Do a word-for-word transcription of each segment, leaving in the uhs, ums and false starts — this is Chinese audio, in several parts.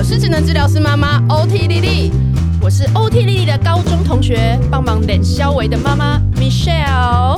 我是职能治疗师妈妈 O T 丽丽，我是 O T 丽丽的高中同学，帮忙脸消维的妈妈 Michelle。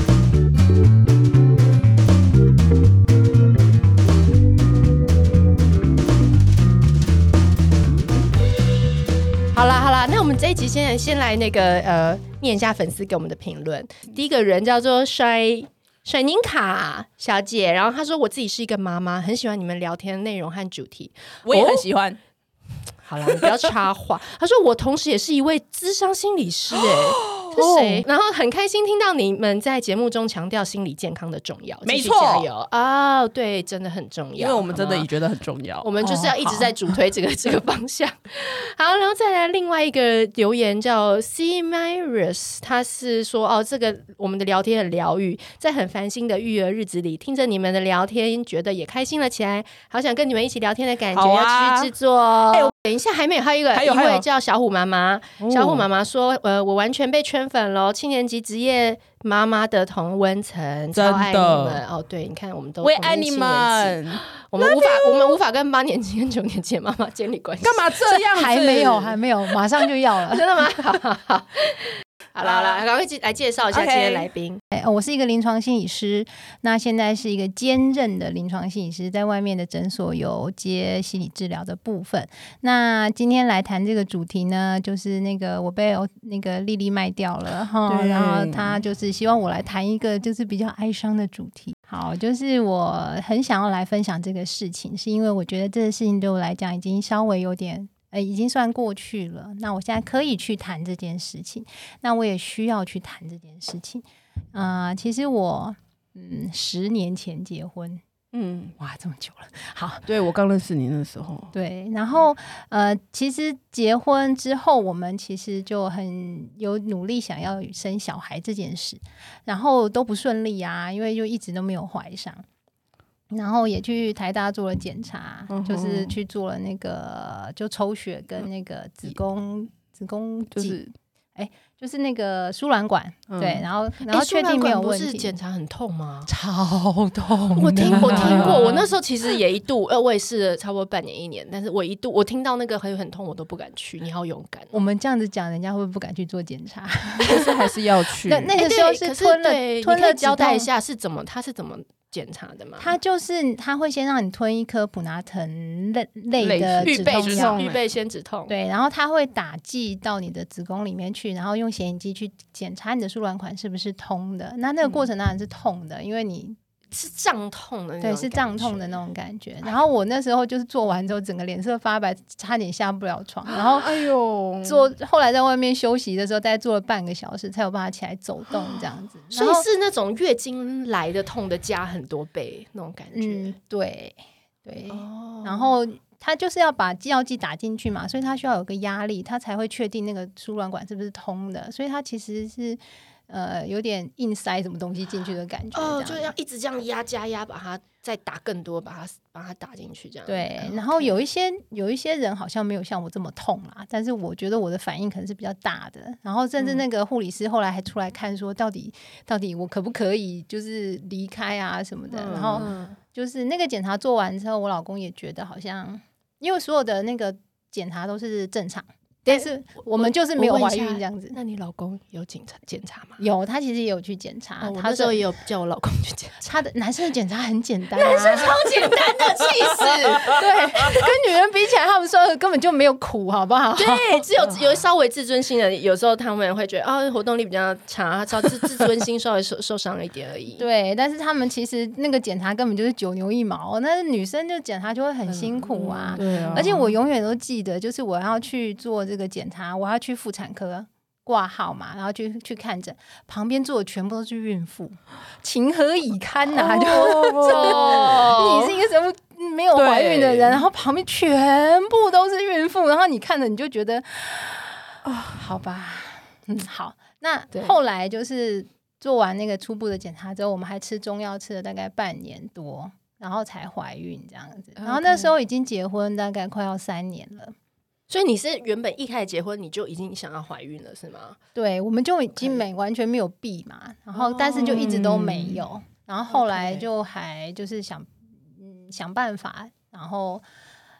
好啦好啦，那我们这一集先先来那个呃念一下粉丝给我们的评论。第一个人叫做水水宁卡小姐，然后她说我自己是一个妈妈，很喜欢你们聊天的内容和主题， 我也很喜欢。哦、 好啦，你不要插话。她说我同时也是一位諮商心理师、欸，哎。是谁、哦？然后很开心听到你们在节目中强调心理健康的重要， 没错， 加油啊、哦！对，真的很重要， 因为我们真的也觉得很重要， 我们就是要一直在主推这个、哦、这个方向。好，然后再来另外一个留言叫 C Mirus， 他是说哦，这个我们的聊天很疗愈，在很烦心的育儿日子里，听着你们的聊天，觉得也开心了起来，好想跟你们一起聊天的感觉， 啊、 要继续制作哦。哎、等一下，还没有，还有一个， 还有一位叫小虎妈妈， 哦、 小虎妈妈说，呃，我完全被圈粉了，七年级职业妈妈的同温层，超爱你们哦！对，你看，我们都我也爱你们， 我们无法，我们无法跟八年级跟九年级的妈妈建立关系， 干嘛这样子？ 还没有，还没有，马上就要了， 真的吗？好好好。好啦好啦，赶快来介绍一下今天来宾。 Okay. 我是一个临床心理师，那现在是一个兼任的临床心理师，在外面的诊所有接心理治疗的部分。那今天来谈这个主题呢，就是那个我被那个丽丽卖掉了哈，然后她就是希望我来谈一个就是比较哀伤的主题。好，就是我很想要来分享这个事情，是因为我觉得这个事情对我来讲已经稍微有点。呃，已经算过去了。那我现在可以去谈这件事情，那我也需要去谈这件事情。啊、呃，其实我嗯十年前结婚，嗯，哇，这么久了。好， 对我刚认识你那时候， 对，然后呃，其实结婚之后，我们其实就很有努力想要生小孩这件事，然后都不顺利啊，因为就一直都没有怀上。然后也去台大做了检查、嗯、就是去做了那个就抽血跟那个子宫子宫就是哎，就是那个输卵管、嗯、对，然后然后确定没有问题。 不是检查很痛吗？ 超痛！ 我听我听过，我那时候其实也一度，呃，我也试了差不多半年一年，但是我一度我听到那个很很痛，我都不敢去。你好勇敢、哦！ 我们这样子讲，人家会不会不敢去做检查？ 可是还是要去。 那那个时候是吞了、 欸、 吞了， 交代一下是怎么，他是怎么检查的吗？ 他就是他会先让你吞一颗普拿疼类类的止痛药， 预备先止痛， 对，然后他会打剂到你的子宫里面去，然后用显影剂去检查你的输卵管是不是通的。那那个过程当然是痛的，嗯、因为你是胀痛的那种， 对，是胀痛的那种感觉。然后我那时候就是做完之后，整个脸色发白，差点下不了床。然后，哎呦，做后来在外面休息的时候，大概做了半个小时，才有办法起来走动这样子。 所以是那种月经来的痛的加很多倍那种感觉。 嗯，对对。哦、然后他就是要把药剂打进去嘛，所以他需要有个压力，他才会确定那个输卵管是不是通的。所以他其实是。呃，有点硬塞什么东西进去的感觉， 哦，就要一直这样压加压，把它再打更多，把它把它打进去，这样。 对，然后有一些有一些人好像没有像我这么痛啦，但是我觉得我的反应可能是比较大的。然后甚至那个护理师后来还出来看说，到底、嗯、到底我可不可以就是离开啊什么的。嗯、然后就是那个检查做完之后，我老公也觉得好像，因为所有的那个检查都是正常。但是我们就是没有怀孕这样子。 那你老公有检查检查吗？ 有，他其实也有去检查。 哦、我那时候也有叫我老公去检查。 他的男生的检查很简单、啊， 男生超简单的，气死！ 对，跟女人比起来，他们说根本就没有苦，好不好？ 对，只有有稍微自尊心的，有时候他们会觉得啊、哦，活动力比较差，他自自尊心稍微受受伤了一点而已。 对，但是他们其实那个检查根本就是九牛一毛，那女生就检查就会很辛苦啊。 嗯、对啊。 而且我永远都记得，就是我要去做这个检查，我要。要去妇产科挂号嘛，然后去去看诊，旁边坐的全部都是孕妇，情何以堪呐、啊！哦、就你是一个什么没有怀孕的人，然后旁边全部都是孕妇，然后你看着你就觉得啊、哦，好吧，嗯，好。那后来就是做完那个初步的检查之后，我们还吃中药吃了大概半年多，然后才怀孕这样子。然后那时候已经结婚大概快要三年了。 所以你是原本一开始结婚你就已经想要怀孕了是吗？ 对，我们就已经没、okay. 完全没有避嘛，然后但是就一直都没有、哦、然后后来就还就是想、嗯、想办法，然后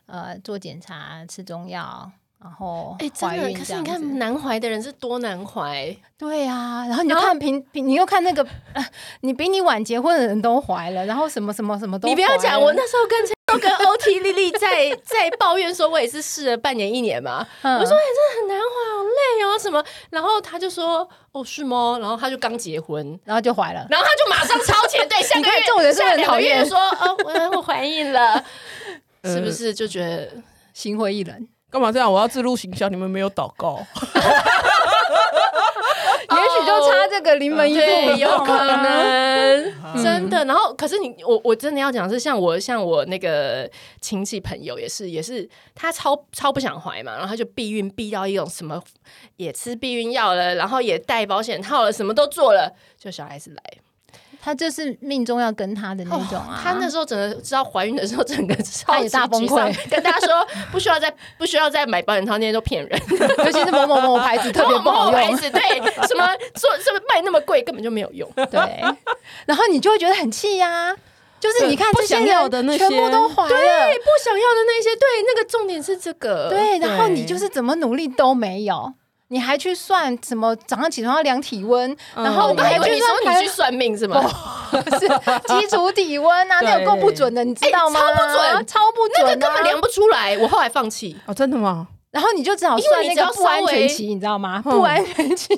呃做检查、吃中药。然后哎、欸，真的，可是你看难怀的人是多难怀， 对啊，然后你就看平平，你又看那个，呃、你比你晚结婚的人都怀了，然后什么什么什么都怀了。 你不要讲，我那时候跟都跟 O T 丽丽在在抱怨说，我也是试了半年一年嘛，嗯、我说哎、欸，真的很难怀，好累哦什么，然后他就说哦是吗？然后他就刚结婚， 然后就怀了， 然后他就马上超前，对，下个月重点是很讨厌说哦我我怀孕了，是不是就觉得心灰意冷？ 干嘛这样？我要自录行销，你们没有祷告， 也许就差这个临门一步， 对，有可能，真的。然后，可是你，我我真的要讲是，像我，像我那个亲戚朋友也是，也是他超超不想怀嘛，然后他就避孕避到一种什么，也吃避孕药了，然后也戴保险套了，什么都做了，就小孩子来。 他就是命中要跟他的那种啊！ 哦、他那时候整个知道怀孕的时候，整个他也大崩溃， 跟大家说不需要再不需要再买保险套，那些都骗人， 尤其是某某某牌子特别不好用， 某某牌子对什么说什么卖那么贵根本就没有用， 对。然后你就会觉得很气呀、啊，就是你看这些人全部都怀了， 对，不想要的那些，对，那个重点是这个， 对，然后你就是怎么努力都没有。你还去算什么？早上起床要量体温，嗯、然后你还去算，你说你去算命是吗？ 是基础体温啊，那有够不准的，你知道吗？ 欸、超不准， 超不准、啊， 那个根本量不出来。我后来放弃。 哦，真的吗？ 然后你就只好算那个不安全期，你知道吗？不安全期。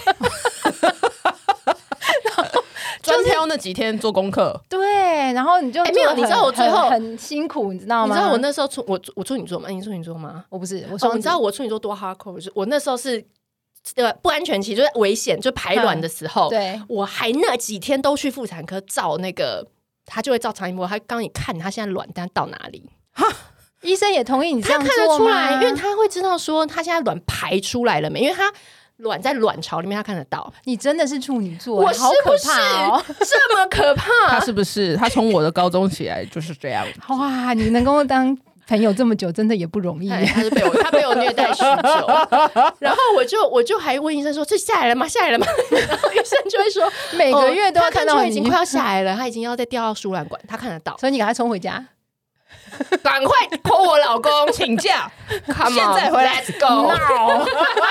专挑那几天做功课， 对，然后你就、 欸、没有，你知道我最后很, 很辛苦，你知道吗？ 你知道我那时候处我我处女座吗？你处女座吗？ 我不是，我说、 哦、你知道我处女座多 hardcore？ 我那时候是呃不安全期，就是危险，就排卵的时候， 对， 我还那几天都去妇产科照那个，他就会照超音波，他刚你看他现在卵单到哪里。 医生也同意你这样做吗？ 他看得出来，因为他会知道说他现在卵排出来了没，因为他卵在卵巢里面，他看得到。 你真的是处女座， 我是不是好可怕哦， 这么可怕？ 他是不是？他从我的高中起来就是这样。 哇，你能跟我当朋友这么久，真的也不容易。 他是被我，他被我虐待许久。然后我就我就还问医生说：“这下来了吗？下来了吗？”然后医生就会说：“ 每个月都要看到你，已经快要下来了，他已经要再掉到输卵管，他看得到。” 所以你赶快冲回家。 赶快 call 我老公请假， 现在回来 ，Let's go now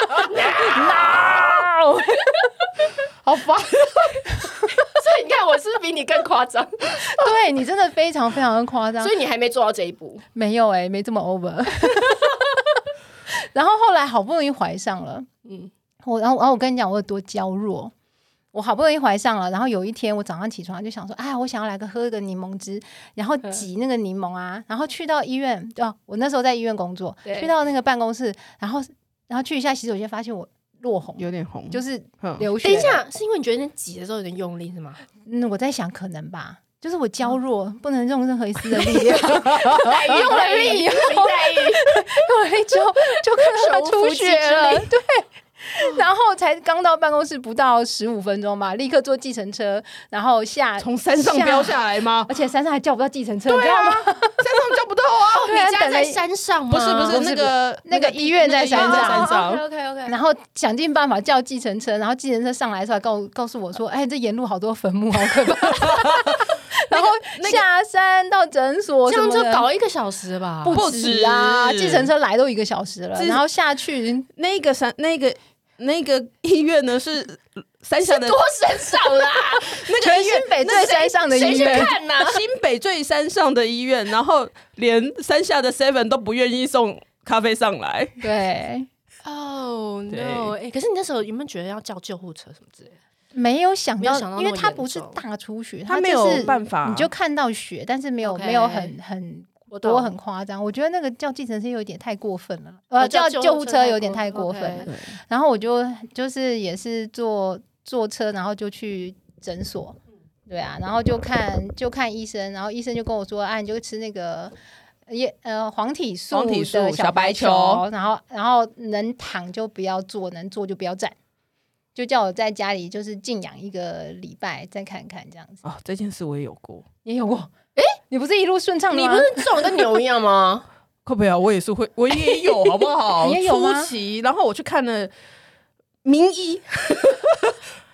now， 好烦。 所以你看，我是比你更夸张。 对你真的非常非常的夸张， 所以你还没做到这一步。 没有哎、欸，没这么 over。然后后来好不容易怀上了，嗯，我然后然后我跟你讲我有多娇弱。我好不容易怀上了，然后有一天我早上起床就想说，哎，我想要来个喝个柠檬汁，然后挤那个柠檬啊，然后去到医院，哦，我那时候在医院工作，去到那个办公室，然后然后去一下洗手间，发现我落红， 有点红， 就是流血。 等一下，是因为你觉得你挤的时候有点用力是吗？ 嗯，我在想可能吧。就是我娇弱，嗯、不能用任何一丝的力量，用了力，用了力， 用了力之后就看到他出血了，对。然后才刚到办公室不到十五分钟吧，立刻坐计程车，然后下从山上飙下来吗？ 而且山上还叫不到计程车， 对啊， 你知道吗？ 山上叫不到啊！ 你家在山上吗？ 不是不是，那个那个医院在山上。 山 OK OK。 然后想尽办法叫计程车，然后计程车上来的时候告告诉我说：“哎，这沿路好多坟墓，好可怕。”然后下山到诊所， 这样就搞一个小时吧？ 不止啊，计程车来都一个小时了，然后下去那个山那个。那个医院呢是山下的多山上啦， 那个新北最山上的医院， 看啊、 新北最山上的医院，然后连山下的 seven 都不愿意送咖啡上来。 对， 哦、oh, no， 哎、欸，可是你那时候有没有觉得要叫救护车什么之类的？ 没有想到， 想到因为它不是大出血， 它没有办法， 你就看到血，但是没有、okay. 没有很很。多很夸张，我觉得那个叫计程车有点太过分了，呃，叫救护车有点太过分了。Okay. 然后我就就是也是坐坐车，然后就去诊所，对啊，然后就看就看医生，然后医生就跟我说，啊，你就吃那个也呃黄体素的小白球，然后然后能躺就不要坐，能坐就不要站。就叫我在家里就是静养一个礼拜，再看看这样子。 哦，这件事我也有过， 也有过。哎、欸，你不是一路顺畅吗？ 你不是肿跟牛一样吗？ 靠北啊，我也是会，我也有，好不好？ 你也有吗？ 初期，然后我去看了名医，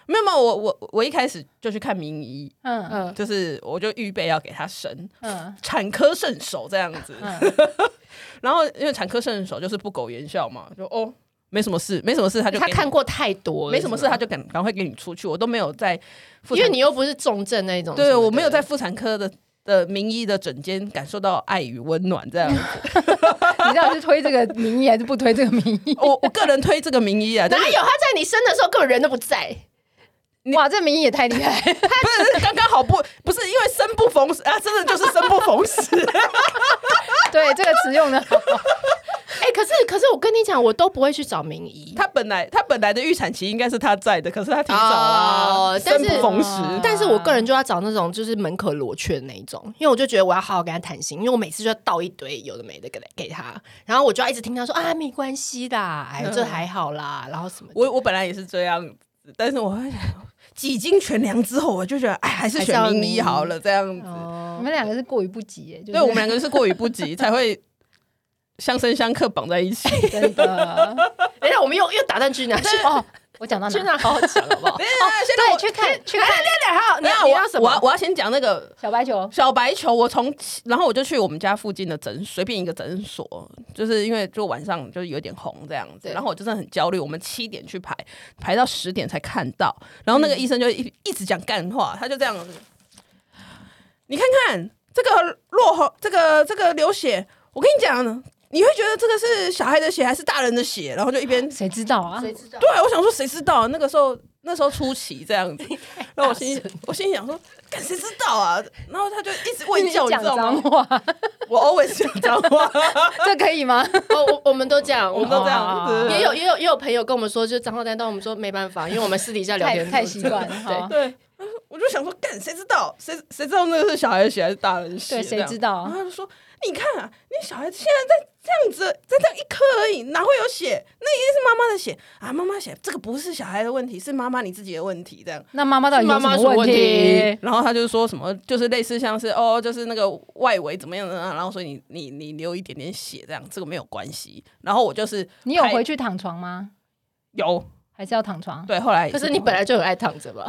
没有没有，我我我一开始就去看名医， 嗯嗯， 就是我就预备要给他生， 嗯产科圣手这样子。 嗯然后因为产科圣手就是不苟言笑嘛，就哦没什么事，没什么事他就给你他看过太多了， 没什么事他就赶赶快给你出去，我都没有在妇产， 因为你又不是重症那一种， 对我没有在妇产科的的名医的诊间感受到爱与温暖这样子。 你到底是推这个名医还是不推这个名医？ 我我个人推这个名医啊， 哪有他在你生的时候根本人都不在。 哇，这名医也太厉害！ 不是刚刚好不不是因为生不逢时啊，真的就是生不逢时。 对，这个词用的好。 哎、欸，可是可是我跟你讲，我都不会去找名医。 他本来他本来的预产期应该是他在的，可是他提早啦， 哦、 生不逢时。 但是我个人就要找那种就是门可罗雀的那一种，因为我就觉得我要好好跟他谈心，因为我每次就要倒一堆有的没的给给他，然后我就要一直听他说啊，没关系啦，哎，这还好啦，然后什么的。 我我本来也是这样子，但是我几经全量之后，我就觉得哎，还是选名医好了，这样子。 哦、 你们两个是过于不及耶，就是、 对我们两个是过于不及，才会相生相克绑在一起。 真的。 等一下，我们又又打断去哪去？ 哦，我讲到哪？ 去哪好好讲好不好？ 对，现在对， 我去看去看好，你要我你要什么？ 我要我要先讲那个小白球。 小白球，我从然后我就去我们家附近的诊，随便一个诊所，就是因为就晚上就有点红这样子，然后我就真的很焦虑。我们七点去排，排到十点才看到，然后那个医生就一一直讲干话，他就这样子，你看看这个落红，这个这个流血，我跟你讲。你会觉得这个是小孩的血还是大人的血？然后就一边谁知道啊？ 谁知道？ 对，我想说谁知道？那个时候那时候初期这样子，然后我心我心里想说，干谁知道啊？然后他就一直问叫，你知道吗？我 always 讲脏话， 这可以吗？ 哦，我我们都这样， 我们都这样子。 也有也有也有朋友跟我们说，就是脏话担当，我们说没办法，因为我们私底下聊天太习惯了。 对对，我就想说，干谁知道？谁谁知道那个是小孩的血还是大人的血？ 对，谁知道？ 然后他就说。你看啊，你小孩子现在在这样子，在这样一颗而已，哪会有血？那一定是妈妈的血啊！妈妈血，这个不是小孩的问题，是妈妈你自己的问题。这样， 那妈妈到底有什么问题？ 然后他就说什么，就是类似像是哦，就是那个外围怎么样的，然后所以你你你流一点点血，这样这个没有关系。然后我就是你有回去躺床吗？ 有。 还是要躺床？ 对，后来可是你本来就很爱躺着吧？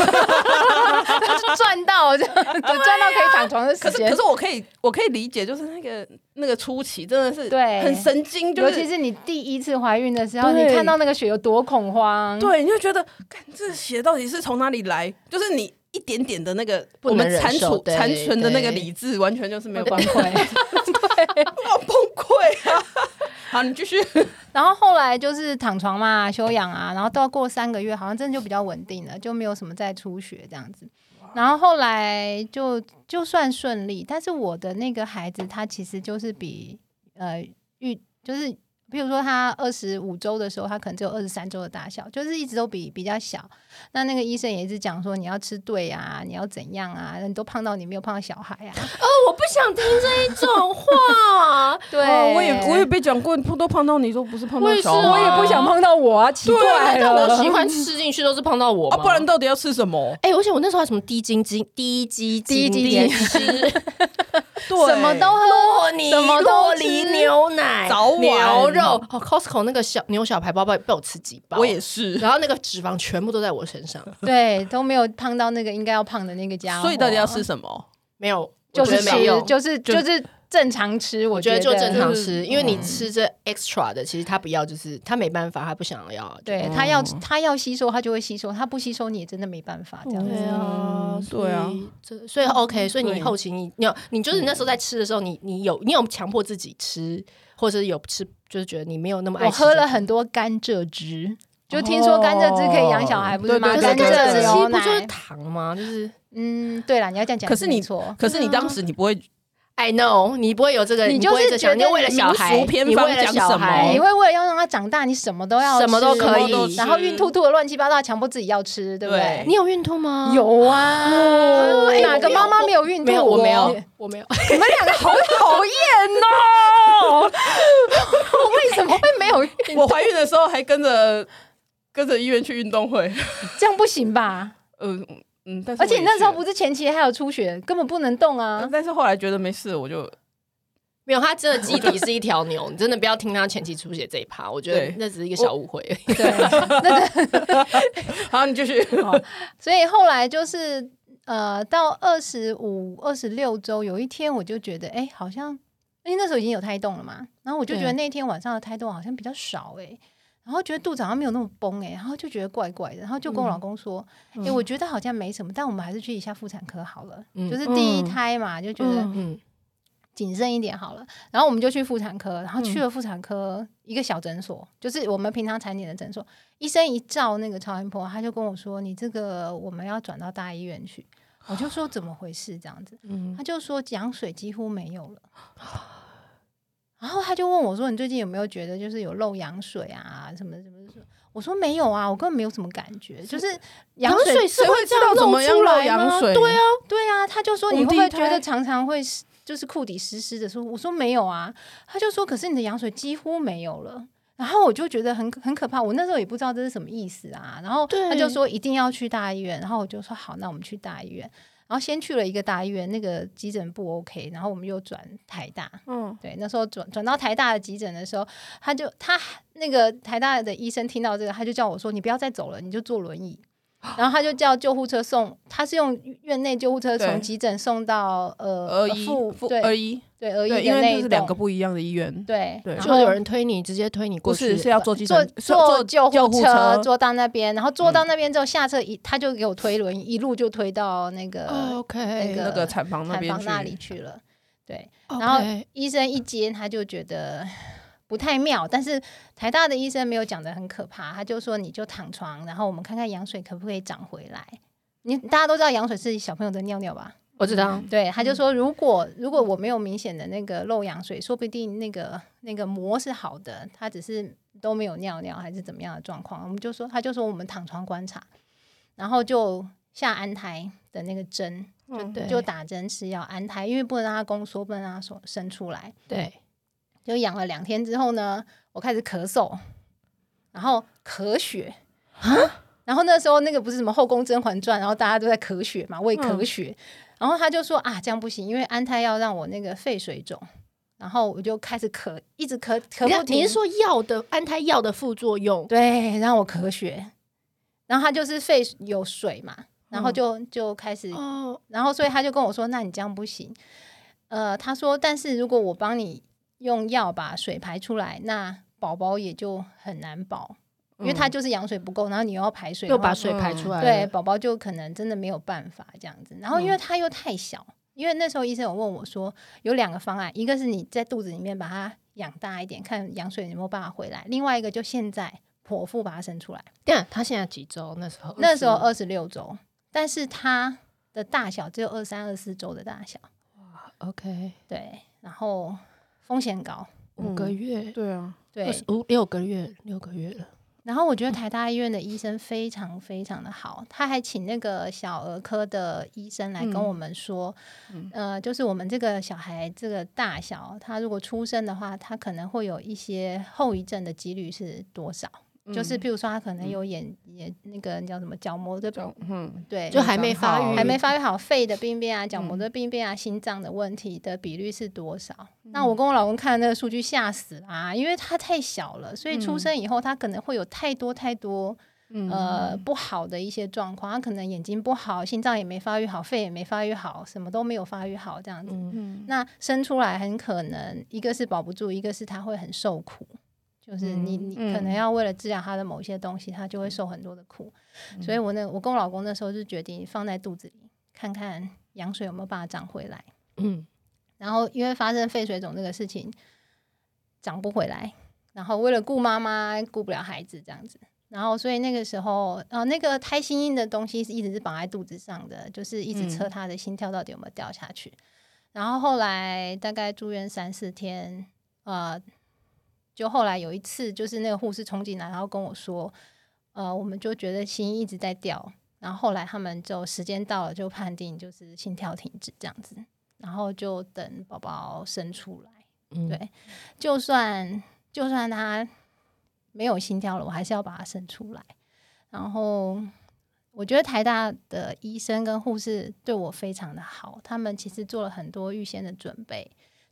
赚到就赚到可以躺床的时间。 可是可是我可以我可以理解，就是那个那个初期真的是对很神经，就是、 尤其是你第一次怀孕的时候，你看到那个血有多恐慌。 对，你就觉得，看这血到底是从哪里来？就是你一点点的那个我们残存残存的那个理智，完全就是没有办法。 对， 我崩溃啊！好，你继续。 然后后来就是躺床嘛，休养啊，然后到过三个月，好像真的就比较稳定了，就没有什么再出血这样子。然后后来就就算顺利，但是我的那个孩子他其实就是比呃预就是。比如说他二十五周的时候，他可能只有二十三周的大小，就是一直都比比较小。那那个医生也一直讲说，你要吃对啊，你要怎样啊，你都胖到你没有胖到小孩啊。 哦，我不想听这一种话。 对、 哦，我也我也被讲过，都胖到你，都不是胖到小孩。 我也不想胖到我啊，奇怪了。 我喜欢吃进去都是胖到我啊，不然到底要吃什么？ 哎、欸，而且我那时候还什么低筋筋、低基低基筋吃。什么都喝， 洛梨、 什么洛梨牛奶、 早晚牛肉。哦 ，Costco 那个小牛小排包包被我吃几包， 我也是。 然后那个脂肪全部都在我身上， 对，都没有胖到那个应该要胖的那个家伙。 所以到底要吃什么？ 没有， 就是没有， 就是就是。正常吃，我觉得就正常吃，因为你吃这 extra 的，其实他不要，就是他没办法，他不想要。 对他要他要吸收，他就会吸收；他不吸收，你也真的没办法这样子。 对啊， 对啊， 所以 OK， 所以你后期你你有你就是你那时候在吃的时候，你你有你有强迫自己吃，或者是有吃，就是觉得你没有那么爱吃。 我喝了很多甘蔗汁，就听说甘蔗汁可以养小孩，不是吗？ 可是甘蔗汁其实不就是糖吗？就是嗯，对啦，你要这样讲。 可是你错， 可是你当时你不会。 I know， 你不会有这个， 你就是觉得你为了小孩， 你为了小孩， 你会为了要让他长大，你什么都要， 什么都可以， 然后孕吐吐的乱七八糟，强迫自己要吃，对不对？ 你有孕吐吗？ 有啊，哪个妈妈没有孕吐？ 我没有，我没有。 你们两个好讨厌哦！我为什么会没有孕吐？ 我怀孕的时候还跟着跟着医院去运动会， 这样不行吧？ 嗯。嗯，但是而且你那时候不是前期还有出血，根本不能动啊！ 但是后来觉得没事，我就没有，他真的基底是一条牛，你真的不要听他前期出血这一趴，我觉得那只是一个小误会而已。 对，那个好，你继续。 所以后来就是呃，到二十五、二十六周，有一天我就觉得，哎、欸，好像因为那时候已经有胎动了嘛，然后我就觉得那天晚上的胎动好像比较少、欸，哎。然后觉得肚子好像没有那么崩哎、欸，然后就觉得怪怪的，然后就跟我老公说：“哎、嗯欸，我觉得好像没什么，但我们还是去一下妇产科好了。嗯”就是第一胎嘛，就觉得谨慎一点好了。然后我们就去妇产科，然后去了妇产科一个小诊所，就是我们平常产检的诊所。医生一照那个超音波，他就跟我说：“你这个我们要转到大医院去。”我就说：“怎么回事？”这样子，他就说羊水几乎没有了。然后他就问我说：“你最近有没有觉得就是有漏羊水啊什么什么什么？”我说：“没有啊，我根本没有什么感觉，就是羊水谁会知道怎么样漏羊水？ 对啊，对啊。”他就说：“你会不会觉得常常会就是裤底湿湿的？”说我说没有啊，他就说：“可是你的羊水几乎没有了。”然后我就觉得很很可怕，我那时候也不知道这是什么意思啊。然后他就说一定要去大医院，然后我就说好，那我们去大医院。然后先去了一个大医院，那个急诊不 OK， 然后我们又转台大。嗯，对，那时候转转到台大的急诊的时候，他就他那个台大的医生听到这个，他就叫我说：“你不要再走了，你就坐轮椅。”然后他就叫救护车送，他是用院内救护车从急诊送到呃儿医妇对儿医对儿医的那一因为这是两个不一样的医院。 对对， 就有人推你，直接推你过去， 不是是要坐急坐坐救护车坐到那边，然后坐到那边之后下车一他就给我推轮椅，一路就推到那个、 oh, okay. 那个那个产房那边产房那里去了。对， okay. 然后医生一接他就觉得不太妙，但是台大的医生没有讲得很可怕，他就说你就躺床，然后我们看看羊水可不可以长回来。你大家都知道羊水是小朋友的尿尿吧？ 我知道。 对，他就说如果如果我没有明显的那个漏羊水，说不定那个那个膜是好的，他只是都没有尿尿还是怎么样的状况。我们就说他就说我们躺床观察，然后就下安胎的那个针，就、嗯、就打针吃药安胎，因为不能让它宫缩，不能让它生出来。 对， 就养了两天之后呢，我开始咳嗽，然后咳血啊。然后那时候那个不是什么后宫甄嬛传，然后大家都在咳血嘛，我也咳血、嗯、然后他就说啊这样不行，因为安胎要让我那个肺水肿，然后我就开始咳，一直咳咳不停。 你是说药的安胎药的副作用？ 对，让我咳血，然后他就是肺有水嘛，然后就、嗯、就开始、哦、然后所以他就跟我说那你这样不行，呃，他说但是如果我帮你用药把水排出来，那宝宝也就很难保，因为它就是羊水不够，然后你又要排水， 又把水排出来、嗯、 对，宝宝就可能真的没有办法这样子。然后因为它又太小、嗯、因为那时候医生有问我说有两个方案，一个是你在肚子里面把它养大一点，看羊水有没有办法回来，另外一个就现在剖腹把它生出来。 对啊，他现在几周？那时候那时候二十六周，但是它的大小只有二三二四周的大小。 哇 OK， 对，然后风险高， 五个月、 嗯、对啊， 对， 五六个月六个月了。 然后我觉得台大医院的医生非常非常的好，他还请那个小儿科的医生来跟我们说、嗯、呃，就是我们这个小孩这个大小，他如果出生的话，他可能会有一些后遗症的几率是多少、嗯、就是譬如说他可能有眼、嗯、眼那个叫什么角膜的嗯，对， 就还没发育还没发育好，肺的病变啊，角膜的病变啊、嗯、心脏的问题的比率是多少、嗯、那我跟我老公看那个数据吓死啊，因为他太小了，所以出生以后他可能会有太多太多、嗯、呃不好的一些状况，他可能眼睛不好，心脏也没发育好，肺也没发育好，什么都没有发育好这样子、嗯、那生出来很可能一个是保不住，一个是他会很受苦，就是你你可能要为了治疗他的某些东西，他就会受很多的苦、嗯、所以我那我跟我老公那时候就决定放在肚子里看看羊水有没有办法长回来。嗯，然后因为发生肺水肿这个事情长不回来，然后为了顾妈妈顾不了孩子这样子，然后所以那个时候呃那个胎心音的东西是一直是绑在肚子上的，就是一直测他的心跳到底有没有掉下去、嗯、然后后来大概住院三四天，呃就后来有一次就是那个护士冲进来，然后跟我说呃我们就觉得心一直在掉，然后后来他们就时间到了就判定就是心跳停止这样子，然后就等宝宝生出来、嗯、对，就算就算他没有心跳了，我还是要把他生出来。然后我觉得台大的医生跟护士对我非常的好，他们其实做了很多预先的准备，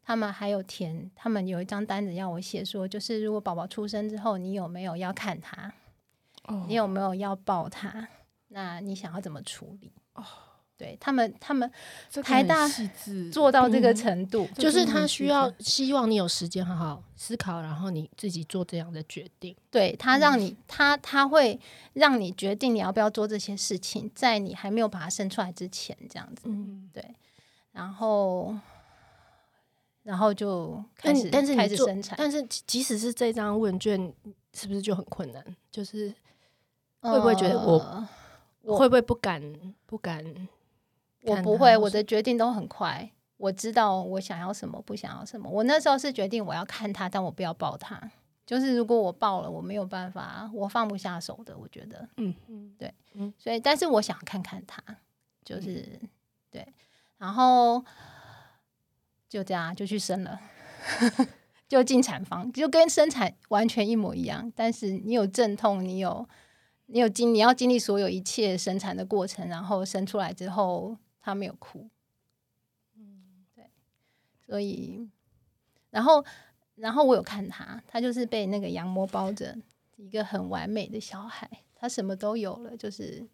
他们还有填，他们有一张单子要我写说，就是如果宝宝出生之后，你有没有要看他，哦、你有没有要抱他，那你想要怎么处理？哦，对他们，他们台大做到这个程度， 嗯、就是他需要希望你有时间好好思考，然后你自己做这样的决定。 对他让你，嗯、他他会让你决定你要不要做这些事情，在你还没有把他生出来之前，这样子。嗯，对，然后。然后就开始， 但是开始生产。 但是即使是这张问卷，是不是就很困难？就是会不会觉得我，呃、我会不会不敢不敢？ 我不会，我的决定都很快。我知道我想要什么，不想要什么。我那时候是决定我要看他，但我不要抱他。就是如果我抱了，我没有办法，我放不下手的。我觉得，嗯嗯，对，嗯，所以但是我想看看他，就是、嗯、对，然后。就这样就去生了就进产房，就跟生产完全一模一样，但是你有阵痛，你有你有经你要经历所有一切生产的过程，然后生出来之后他没有哭。嗯，对，所以然后然后我有看他，他就是被那个羊膜包着，一个很完美的小孩，他什么都有了，就是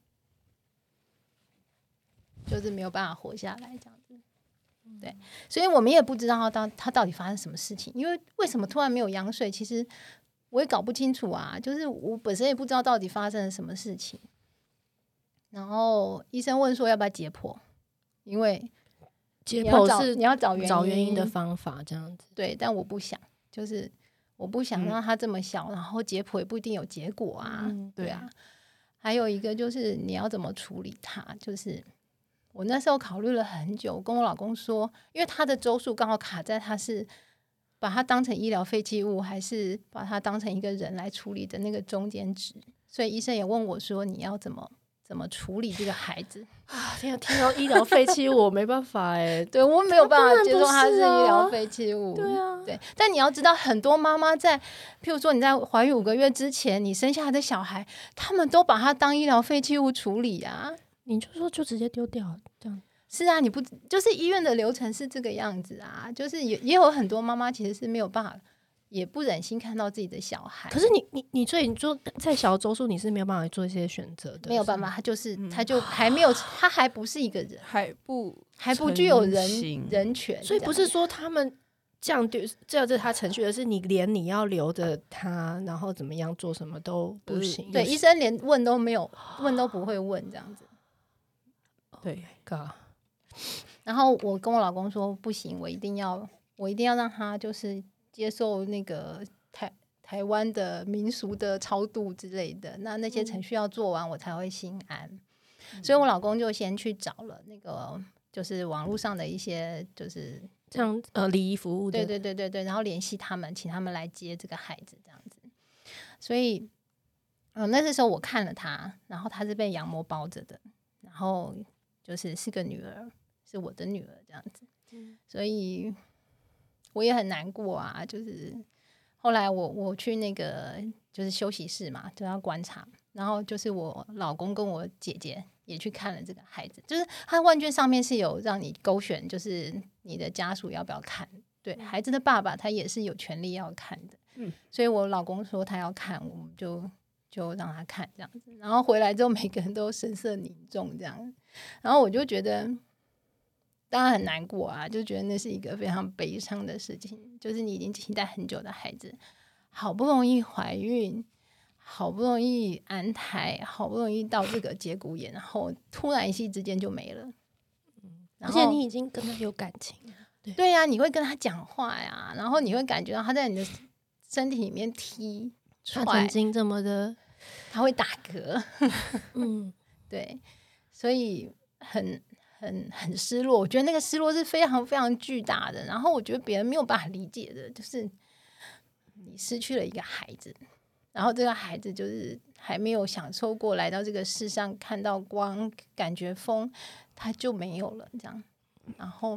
就是没有办法活下来这样子。对，所以我们也不知道他他到底发生什么事情，因为为什么突然没有羊水，其实我也搞不清楚啊。就是我本身也不知道到底发生了什么事情。然后医生问说要不要解剖，因为解剖是你要找原因找原因的方法，这样子。 对，但我不想，就是我不想让他这么小，嗯、然后解剖也不一定有结果啊。嗯、对啊，还有一个就是你要怎么处理它，就是。我那时候考虑了很久，跟我老公说，因为他的周数刚好卡在他是把他当成医疗废弃物，还是把他当成一个人来处理的那个中间值，所以医生也问我说，你要怎么怎么处理这个孩子啊？听听到医疗废弃物，我没办法哎， 对我没有办法接受他是医疗废弃物， 对啊， 对。但你要知道，很多妈妈在，譬如说你在怀孕五个月之前，你生下来的小孩，他们都把他当医疗废弃物处理啊。 你就说就直接丢掉这样。 是啊，你不就是医院的流程是这个样子啊？就是也也有很多妈妈其实是没有办法，也不忍心看到自己的小孩。 可是你你你所以你做在小周数，你是没有办法做一些选择的， 没有办法，他就是、嗯、他就还没有，他还不是一个人， 还不还不具有人人权， 所以不是说他们这样对这样是他程序，而是你连你要留着他，然后怎么样做什么都不行。 对，医生连问都没有，问都不会问这样子。 对，God。 然后我跟我老公说不行，我一定要我一定要让他就是接受那个台台湾的民俗的超度之类的，那那些程序要做完我才会心安。嗯、所以我老公就先去找了那个就是网络上的一些就是这样呃礼仪服务的， 对对对对对，然后联系他们，请他们来接这个孩子这样子。所以嗯、呃，那时候我看了他，然后他是被羊膜包着的，然后就是是个女儿。是我的女儿这样子，嗯、所以我也很难过啊。就是后来我我去那个就是休息室嘛，就要观察，然后就是我老公跟我姐姐也去看了这个孩子，就是他问卷上面是有让你勾选，就是你的家属要不要看，对孩子的爸爸他也是有权利要看的，嗯、所以我老公说他要看，我们就就让他看这样子，然后回来之后每个人都神色凝重这样，然后我就觉得。当然很难过啊，就觉得那是一个非常悲伤的事情，就是你已经期待很久的孩子，好不容易怀孕，好不容易安胎，好不容易到这个节骨眼，然后突然一夕之间就没了。 嗯、而且你已经跟他有感情了， 对对呀、啊，你会跟他讲话呀，然后你会感觉到他在你的身体里面踢， 他曾经这么的， 他会打嗝， 嗯， 对，所以很。很很失落，我觉得那个失落是非常非常巨大的。然后我觉得别人没有办法理解的，就是你失去了一个孩子，然后这个孩子就是还没有享受过来到这个世上看到光、感觉风，他就没有了这样。然后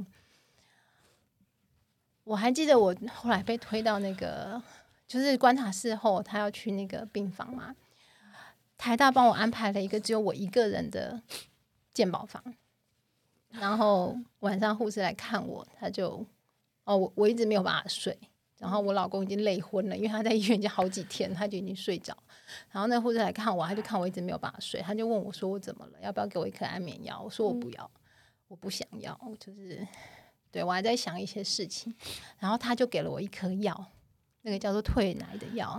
我还记得我后来被推到那个就是观察室后，他要去那个病房嘛，台大帮我安排了一个只有我一个人的健保房。然后晚上护士来看我，他就哦，我我一直没有办法睡，然后我老公已经累昏了，因为他在医院已经好几天，他就已经睡着。然后那护士来看我，他就看我一直没有办法睡，他就问我说我怎么了，要不要给我一颗安眠药？我说我不要，嗯、我不想要，就是对我还在想一些事情。然后他就给了我一颗药，那个叫做退奶的药。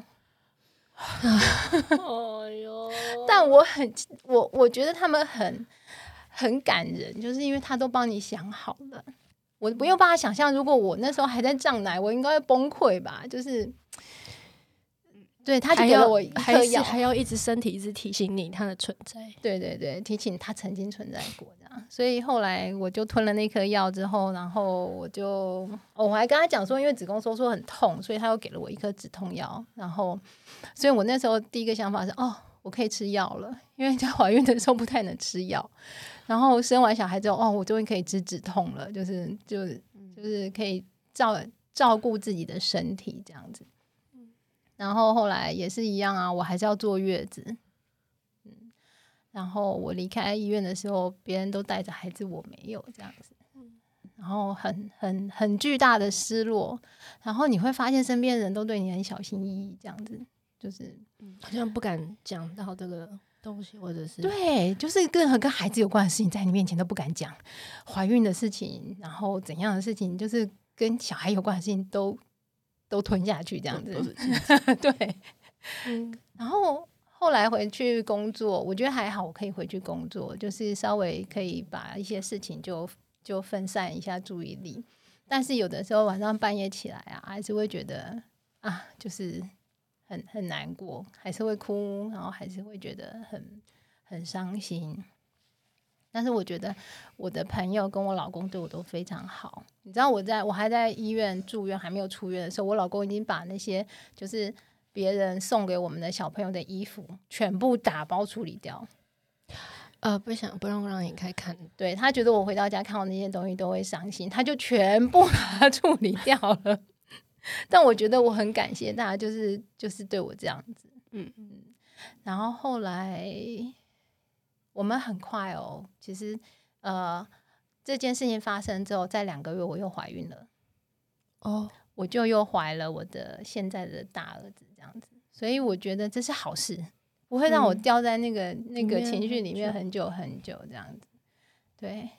哎呦！ 但我很我我觉得他们很很感人，就是因为他都帮你想好了。我没有办法想象，如果我那时候还在胀奶，我应该会崩溃吧？就是，对，他就给了我一颗药， 还要一直身体一直提醒你他的存在。 对对对，提醒他曾经存在过这样。所以后来我就吞了那颗药之后，然后我就、哦、我还跟他讲说，因为子宫收缩很痛，所以他又给了我一颗止痛药。然后，所以我那时候第一个想法是，哦，我可以吃药了，因为在怀孕的时候不太能吃药。然后生完小孩之后，哦，我终于可以吃止痛了，就是就就是可以照照顾自己的身体这样子。然后后来也是一样啊，我还是要坐月子。嗯，然后我离开医院的时候，别人都带着孩子，我没有这样子。然后很很很巨大的失落。然后你会发现身边的人都对你很小心翼翼，这样子就是好像不敢讲到这个东西，或者是对，就是任何跟孩子有关的事情在你面前都不敢讲，怀孕的事情，然后怎样的事情，就是跟小孩有关的事情都都吞下去这样子。对，嗯，然后后来回去工作，我觉得还好，我可以回去工作，就是稍微可以把一些事情就就分散一下注意力。但是有的时候晚上半夜起来啊，还是会觉得啊，就是很很难过，还是会哭，然后还是会觉得很很伤心。但是我觉得我的朋友跟我老公对我都非常好。你知道我在我还在医院住院还没有出院的时候，我老公已经把那些就是别人送给我们的小朋友的衣服全部打包处理掉。 呃，不想不让让你开看， 对，他觉得我回到家看到那些东西都会伤心，他就全部把它处理掉了。但我觉得我很感谢他，就是就是对我这样子，嗯嗯。然后后来我们很快哦，其实呃这件事情发生之后，在两个月我又怀孕了，哦，我就又怀了我的现在的大儿子这样子，所以我觉得这是好事，不会让我掉在那个、嗯、那个情绪里面很久很久这样子，对。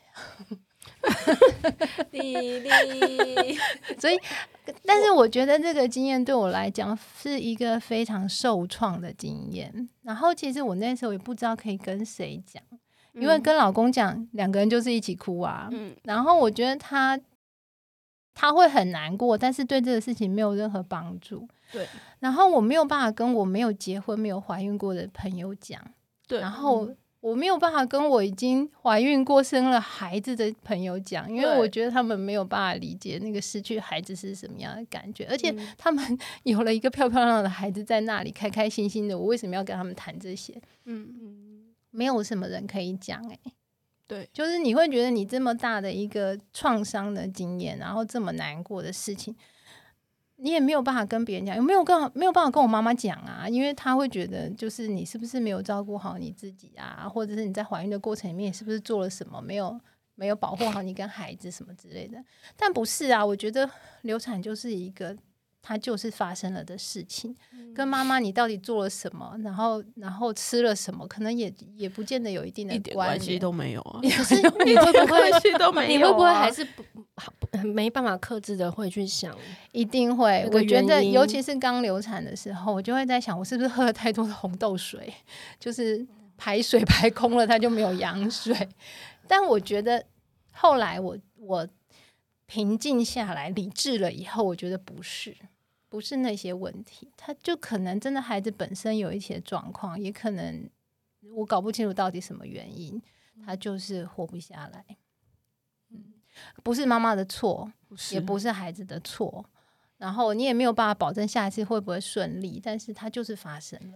弟弟所以但是我觉得这个经验对我来讲是一个非常受创的经验，然后其实我那时候也不知道可以跟谁讲，因为跟老公讲两个人就是一起哭啊、嗯、然后我觉得他他会很难过，但是对这个事情没有任何帮助，对，然后我没有办法跟我没有结婚没有怀孕过的朋友讲，对，然后、嗯我没有办法跟我已经怀孕过生了孩子的朋友讲，因为我觉得他们没有办法理解那个失去孩子是什么样的感觉，而且他们有了一个漂漂亮亮的孩子在那里开开心心的，我为什么要跟他们谈这些？嗯嗯，没有什么人可以讲哎、欸，对，就是你会觉得你这么大的一个创伤的经验，然后这么难过的事情，你也没有办法跟别人讲，有没有跟没有办法跟我妈妈讲啊？因为她会觉得，就是你是不是没有照顾好你自己啊，或者是你在怀孕的过程里面是不是做了什么没有没有保护好你跟孩子什么之类的？但不是啊，我觉得流产就是一个它就是发生了的事情，嗯、跟妈妈你到底做了什么，然后然后吃了什么，可能也也不见得有一定的一点关系都没有啊。 可是你会不会关系都没有、啊？ 你会不会还是不没办法克制的会去想？ 一定会，我觉得尤其是刚流产的时候，我就会在想，我是不是喝了太多的红豆水，就是排水排空了，它就没有羊水。但我觉得后来我我平静下来、理智了以后，我觉得不是。不是那些问题，他就可能真的孩子本身有一些状况，也可能我搞不清楚到底什么原因，他就是活不下来。嗯，不是妈妈的错，也不是孩子的错，然后你也没有办法保证下一次会不会顺利，但是它就是发生了。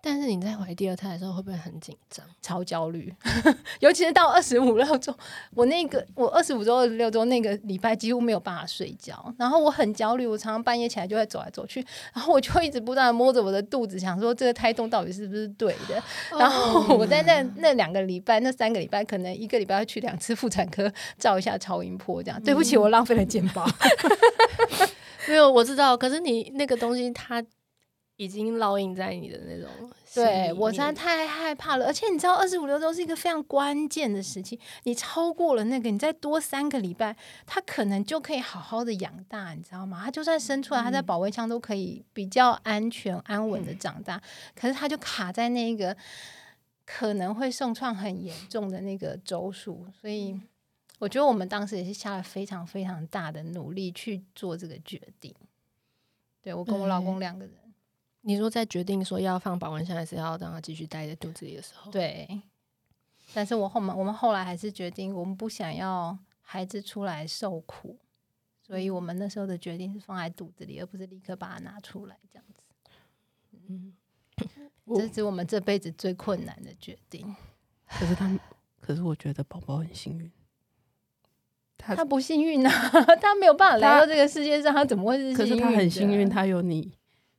但是你在怀第二胎的时候会不会很紧张？ 超焦虑，尤其是到二十五六周，我那个我二十五周、二十六周那个礼拜几乎没有办法睡觉，然后我很焦虑，我常常半夜起来就会走来走去，然后我就一直不断的摸着我的肚子，想说这个胎动到底是不是对的。Oh. 然后我在那那两个礼拜、那三个礼拜，可能一个礼拜要去两次妇产科照一下超音波，这样。嗯、对不起，我浪费了健保。 没有，我知道，可是你那个东西它已经烙印在你的那种， 对我实在太害怕了。而且你知道二十五六周是一个非常关键的时期，你超过了那个，你再多三个礼拜，他可能就可以好好的养大，你知道吗？他就算生出来，他在保卫腔都可以比较安全安稳的长大，嗯、可是他就卡在那个可能会受创很严重的那个周数，所以我觉得我们当时也是下了非常非常大的努力去做这个决定。对，我跟我老公两个人。 你说在决定说要放保温箱还是要让他继续待在肚子里的时候， 对，但是我后面我们后来还是决定，我们不想要孩子出来受苦，所以我们那时候的决定是放在肚子里，而不是立刻把它拿出来这样子。嗯，这是我们这辈子最困难的决定。 可是他，可是我觉得宝宝很幸运。 他, 他不幸运啊，他没有办法来到这个世界上，他怎么会是幸运的？ 可是他很幸运，他有你。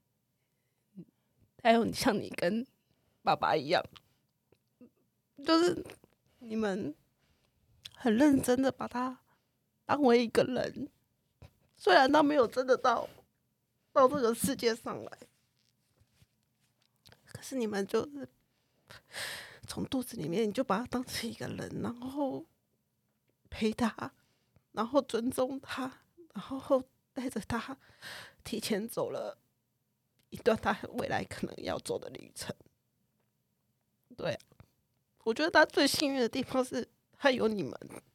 还有你像你跟爸爸一样，就是你们很认真的把他当为一个人，虽然他没有真的到到这个世界上来，可是你们就是从肚子里面你就把他当成一个人，然后陪他，然后尊重他，然后带着他提前走了一段他未来可能要走的旅程。对啊，我觉得他最幸运的地方是他有你们，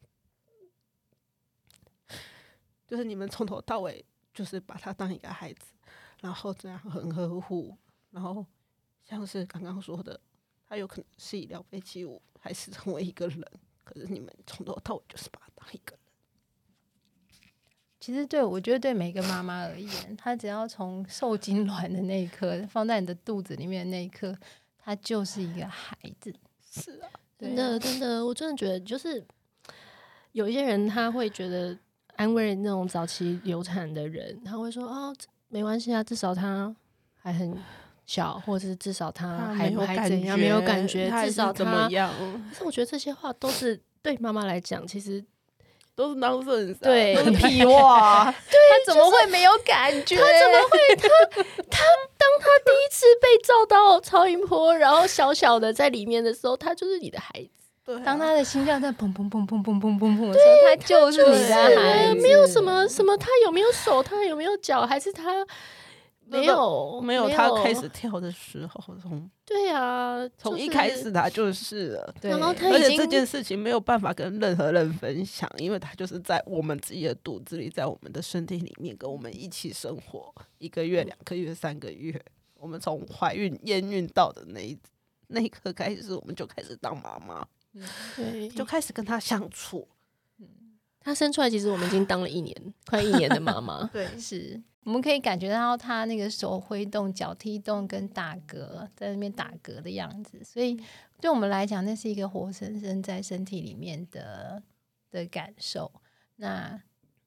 就是你们从头到尾就是把他当一个孩子，然后这样很呵护，然后像是刚刚说的，他有可能是医疗废弃物还是成为一个人，可是你们从头到尾就是把他当一个人。 其实对我觉得对每个妈妈而言，她只要从受精卵的那一刻放在你的肚子里面的那一刻，她就是一个孩子。 是啊， 真的真的，我真的觉得就是有一些人他会觉得安慰那种早期流产的人，他会说哦没关系啊，至少他还很小，或者是至少他还还怎样没有感觉，至少他怎么样。 可是我觉得这些话都是对妈妈来讲其实都是当事人， 对， 都是屁话。 对，他怎么会没有感觉？ 他怎么会？他他当他第一次被照到超音波，然后小小的在里面的时候，他就是你的孩子。 对啊、 当他的心跳在砰砰砰砰砰砰砰砰的时候，他就是你的孩子。 没有什么什么，他有没有手？他有没有脚？还是他没有？ 没有他开始跳的时候，从对啊， 从、就是、一开始他就是了。 对， 然后他而且这件事情没有办法跟任何人分享，因为他就是在我们自己的肚子里，在我们的身体里面跟我们一起生活一个月、两个月、三个月。我们从怀孕、验孕到的那一那一刻开始，我们就开始当妈妈， 对， 就开始跟他相处。 他生出来，其实我们已经当了一年，快一年的妈妈。 对， 是我们可以感觉到他那个手挥动、脚踢动跟打嗝，在那边打嗝的样子，所以对我们来讲，那是一个活生生在身体里面的的感受。那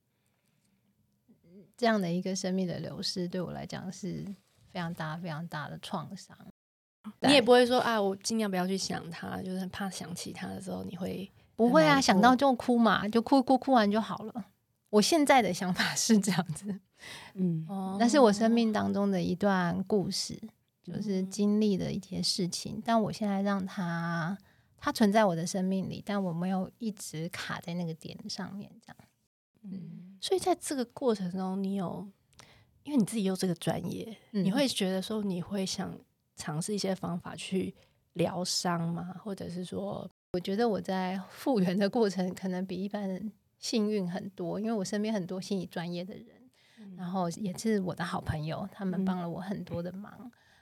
这样的一个生命的流失，对我来讲是非常大、非常大的创伤。 你也不会说啊，我尽量不要去想他，就是很怕想起他的时候，你会不会啊？想到就哭嘛，就哭哭哭完就好了。我现在的想法是这样子，嗯，那是我生命当中的一段故事，就是经历的一些事情。但我现在让它，它存在我的生命里，但我没有一直卡在那个点上面，这样。 嗯，所以在这个过程中，你有，因为你自己有这个专业，嗯、你会觉得说，你会想尝试一些方法去疗伤吗？或者是说， 我觉得我在复原的过程可能比一般人幸运很多，因为我身边很多心理专业的人，嗯、然后也是我的好朋友，他们帮了我很多的忙。嗯、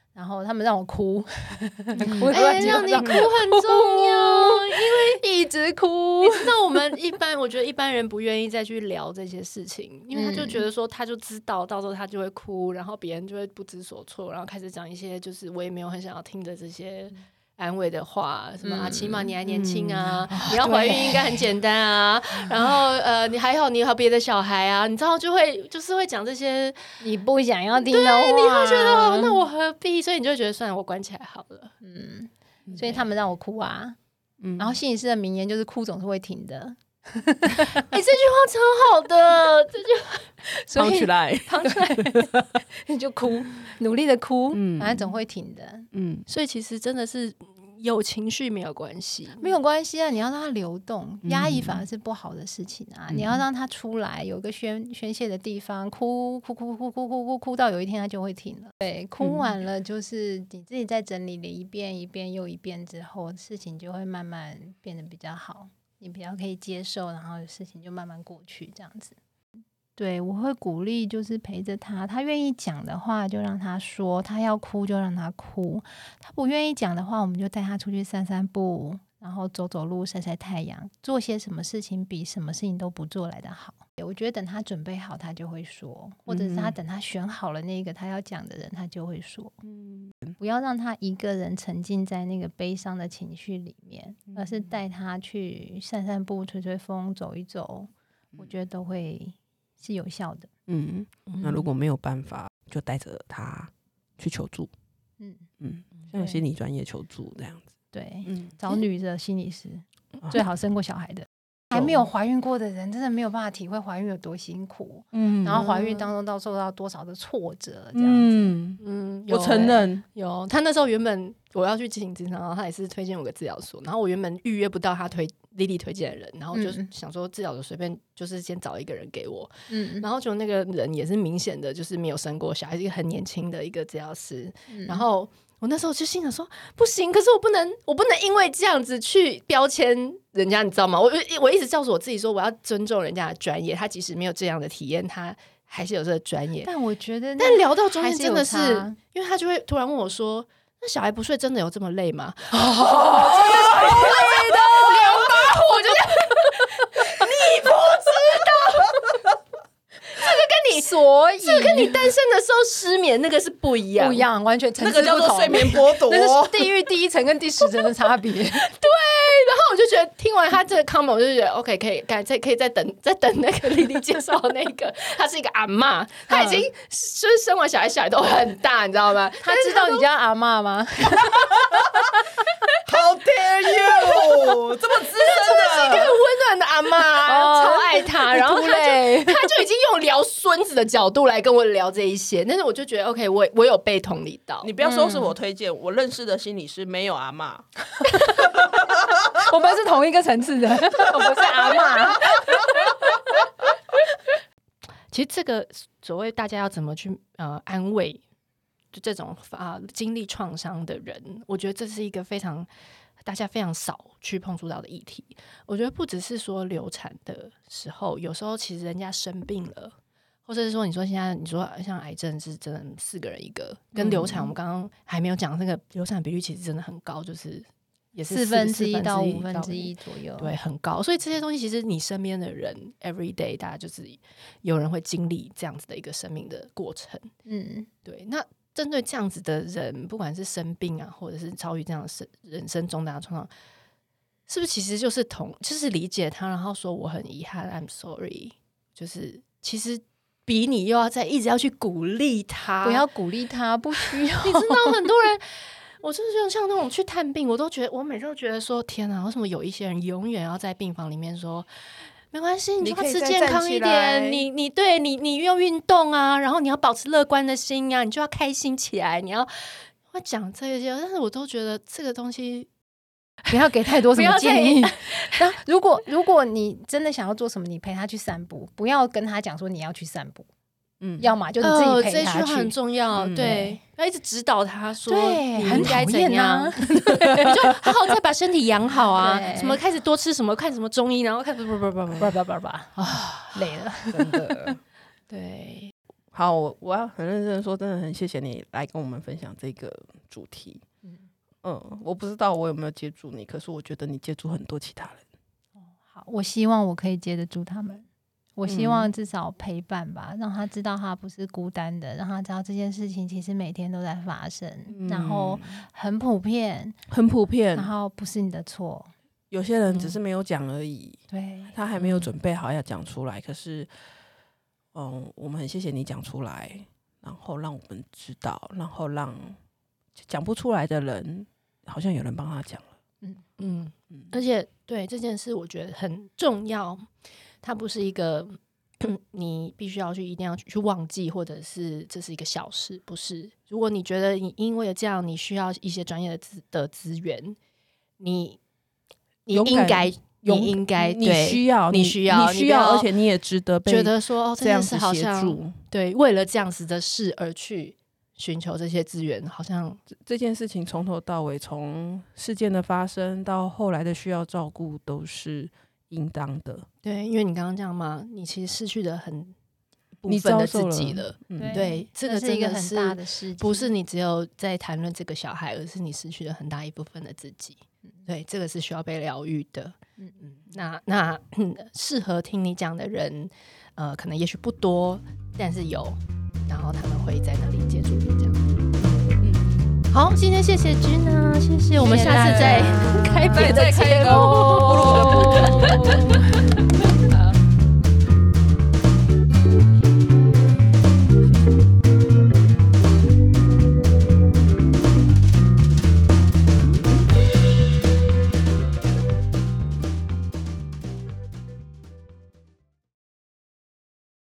然后他们让我哭，哭哎、让你哭很重要，因为一直哭。 你知道我们一般，我觉得一般人不愿意再去聊这些事情，因为他就觉得说他就知道，到时候他就会哭，然后别人就会不知所措，然后开始讲一些就是我也没有很想要听的这些安慰的话，什么、嗯、啊，起码你还年轻啊，嗯、你要怀孕应该很简单啊，然后呃，你还好，你有别的小孩啊，你知道就会就是会讲这些你不想要听的话， 对，你会觉得哦，那我何必？所以你就觉得算了，我关起来好了。 嗯，所以他们让我哭啊，嗯、然后心理师的名言就是哭总是会停的。 哎、欸，这句话超好的，这句话扛起来， 扛起来， 你就哭，努力的哭，嗯，反正总会停的， 嗯。所以其实真的是有情绪没有关系， 没有关系啊，你要让它流动，压抑反而是不好的事情啊。嗯、你要让它出来，有个宣宣泄的地方，哭哭哭哭哭哭哭哭到有一天它就会停了。对，哭完了就是你自己在整理了一遍一遍又一遍之后，事情就会慢慢变得比较好。你比较可以接受，然后事情就慢慢过去，这样子。对，我会鼓励，就是陪着他，他愿意讲的话就让他说，他要哭就让他哭，他不愿意讲的话，我们就带他出去散散步，然后走走路，晒晒太阳，做些什么事情比什么事情都不做来的好。我觉得等他准备好，他就会说，或者是他等他选好了那个他要讲的人，他就会说。嗯，不要让他一个人沉浸在那个悲伤的情绪里面，而是带他去散散步、吹吹风、走一走，我觉得都会是有效的。 嗯，那如果没有办法，就带着他去求助。嗯嗯，像心理专业求助这样子。 对，嗯，找女的心理师，嗯、最好生过小孩的。还没有怀孕过的人真的没有办法体会怀孕有多辛苦，嗯，然后怀孕当中到受到多少的挫折这样子。嗯嗯，我承认有。他那时候原本我要去进行咨商，然后他也是推荐我个治疗所，然后我原本预约不到他推莉莉推荐的人，然后就想说治疗所随便就是先找一个人给我，嗯，然后就那个人也是明显的就是没有生过小孩，是一个很年轻的一个治疗师，嗯、然后我那时候就心想说不行，可是我不能我不能因为这样子去标签人家，你知道吗？我我一直告诉我自己说我要尊重人家的专业，他即使没有这样的体验，他还是有这个专业。 但我觉得但聊到中间真的是因为他就会突然问我说那小孩不睡真的有这么累吗？哦，真的是累的两把火就这样你不知道这个跟你所以这个跟你诞生的时候失眠那个是不一样， 不一样，完全层次不同。那个叫做睡眠剥夺， 那是地狱第一层跟第十层的差别。对，然后我就觉得听完他这个 comment， 我就觉得 OK， 可以，再可以再等再等那个莉莉介绍的那个，她是一个阿嬷，她已经就是生完小孩，小孩都很大，你知道吗？ 她知道你叫阿嬷吗 ？How dare you！ 这么资深的， 是一个很温暖的阿嬷，哦、超爱她。然后她就她就已经用聊孙子的角度来跟我聊这一些，但是我就觉得 OK， 我我有被同理到。 你不要说是我推荐，嗯、我认识的心理师没有阿嬷。 我们是同一个层次的，我们是阿嬷。 其实这个所谓大家要怎么去呃安慰，就这种啊、呃、经历创伤的人，我觉得这是一个非常大家非常少去碰触到的议题。我觉得不只是说流产的时候，有时候其实人家生病了，或者是说你说现在你说像癌症是真的四个人一个，跟流产、嗯、我们刚刚还没有讲那个流产比率其实真的很高，就是也是四分之一到五分之一左右， 对，很高。所以这些东西其实你身边的人 every day 大家就是有人会经历这样子的一个生命的过程。嗯，对。那针对这样子的人，不管是生病啊，或者是遭遇这样的人生重大的创伤，是不是其实就是同就是理解他，然后说我很遗憾 I'm sorry， 就是其实比你又要再一直要去鼓励他， 不要鼓励他，不需要。 你知道很多人我就是像那种去探病，我都觉得我每次都觉得说天哪，为什么有一些人永远要在病房里面说没关系，你就要吃健康一点，你你对你你要运动啊，然后你要保持乐观的心啊，你就要开心起来，你要我讲这些，但是我都觉得这个东西不要给太多什么建议。然后如果如果你真的想要做什么，你陪他去散步，不要跟他讲说你要去散步。嗯，要么就你自己陪他去， 哦、这句话很重要。嗯、对，要一直指导他说， 对， 很该怎样，啊、你就好好再把身体养好啊。什么开始多吃什么，看什么中医，然后看不不不不不不不不啊，累了， 真的。 对， 好，我我要很认真的说，真的很谢谢你来跟我们分享这个主题。嗯嗯，我不知道我有没有接住你，可是我觉得你接住很多其他人。 好，我希望我可以接得住他们。我希望至少陪伴吧、嗯、让他知道他不是孤单的，让他知道这件事情其实每天都在发生、嗯、然后很普遍很普遍， 然后不是你的错， 有些人只是没有讲而已、 嗯、对， 他还没有准备好要讲出来、嗯、可是嗯，我们很谢谢你讲出来，然后让我们知道，然后让讲不出来的人好像有人帮他讲了。 嗯嗯嗯，而且对这件事我觉得很重要，它不是一个你必须要去一定要去忘记，或者是这是一个小事，不是。如果你觉得你因为这样你需要一些专业的资的资源，你你应该你应该你需要你需要你需要，而且你也值得被觉得说、哦、 这样子协助。对，为了这样子的事而去寻求这些资源，好像这件事情从头到尾，从事件的发生到后来的需要照顾，都是应当的。 对，因为你刚刚讲嘛，你其实失去了很部分的自己了。 嗯、 对, 对，这个是一个很大的事情， 不是你只有在谈论这个小孩，而是你失去了很大一部分的自己。嗯、对，这个是需要被疗愈的。嗯嗯，那那适合听你讲的人，呃，可能也许不多，但是有，然后他们会在那里接触你这样。嗯，好，今天谢谢君啊，谢谢，我们下次再开别的节目。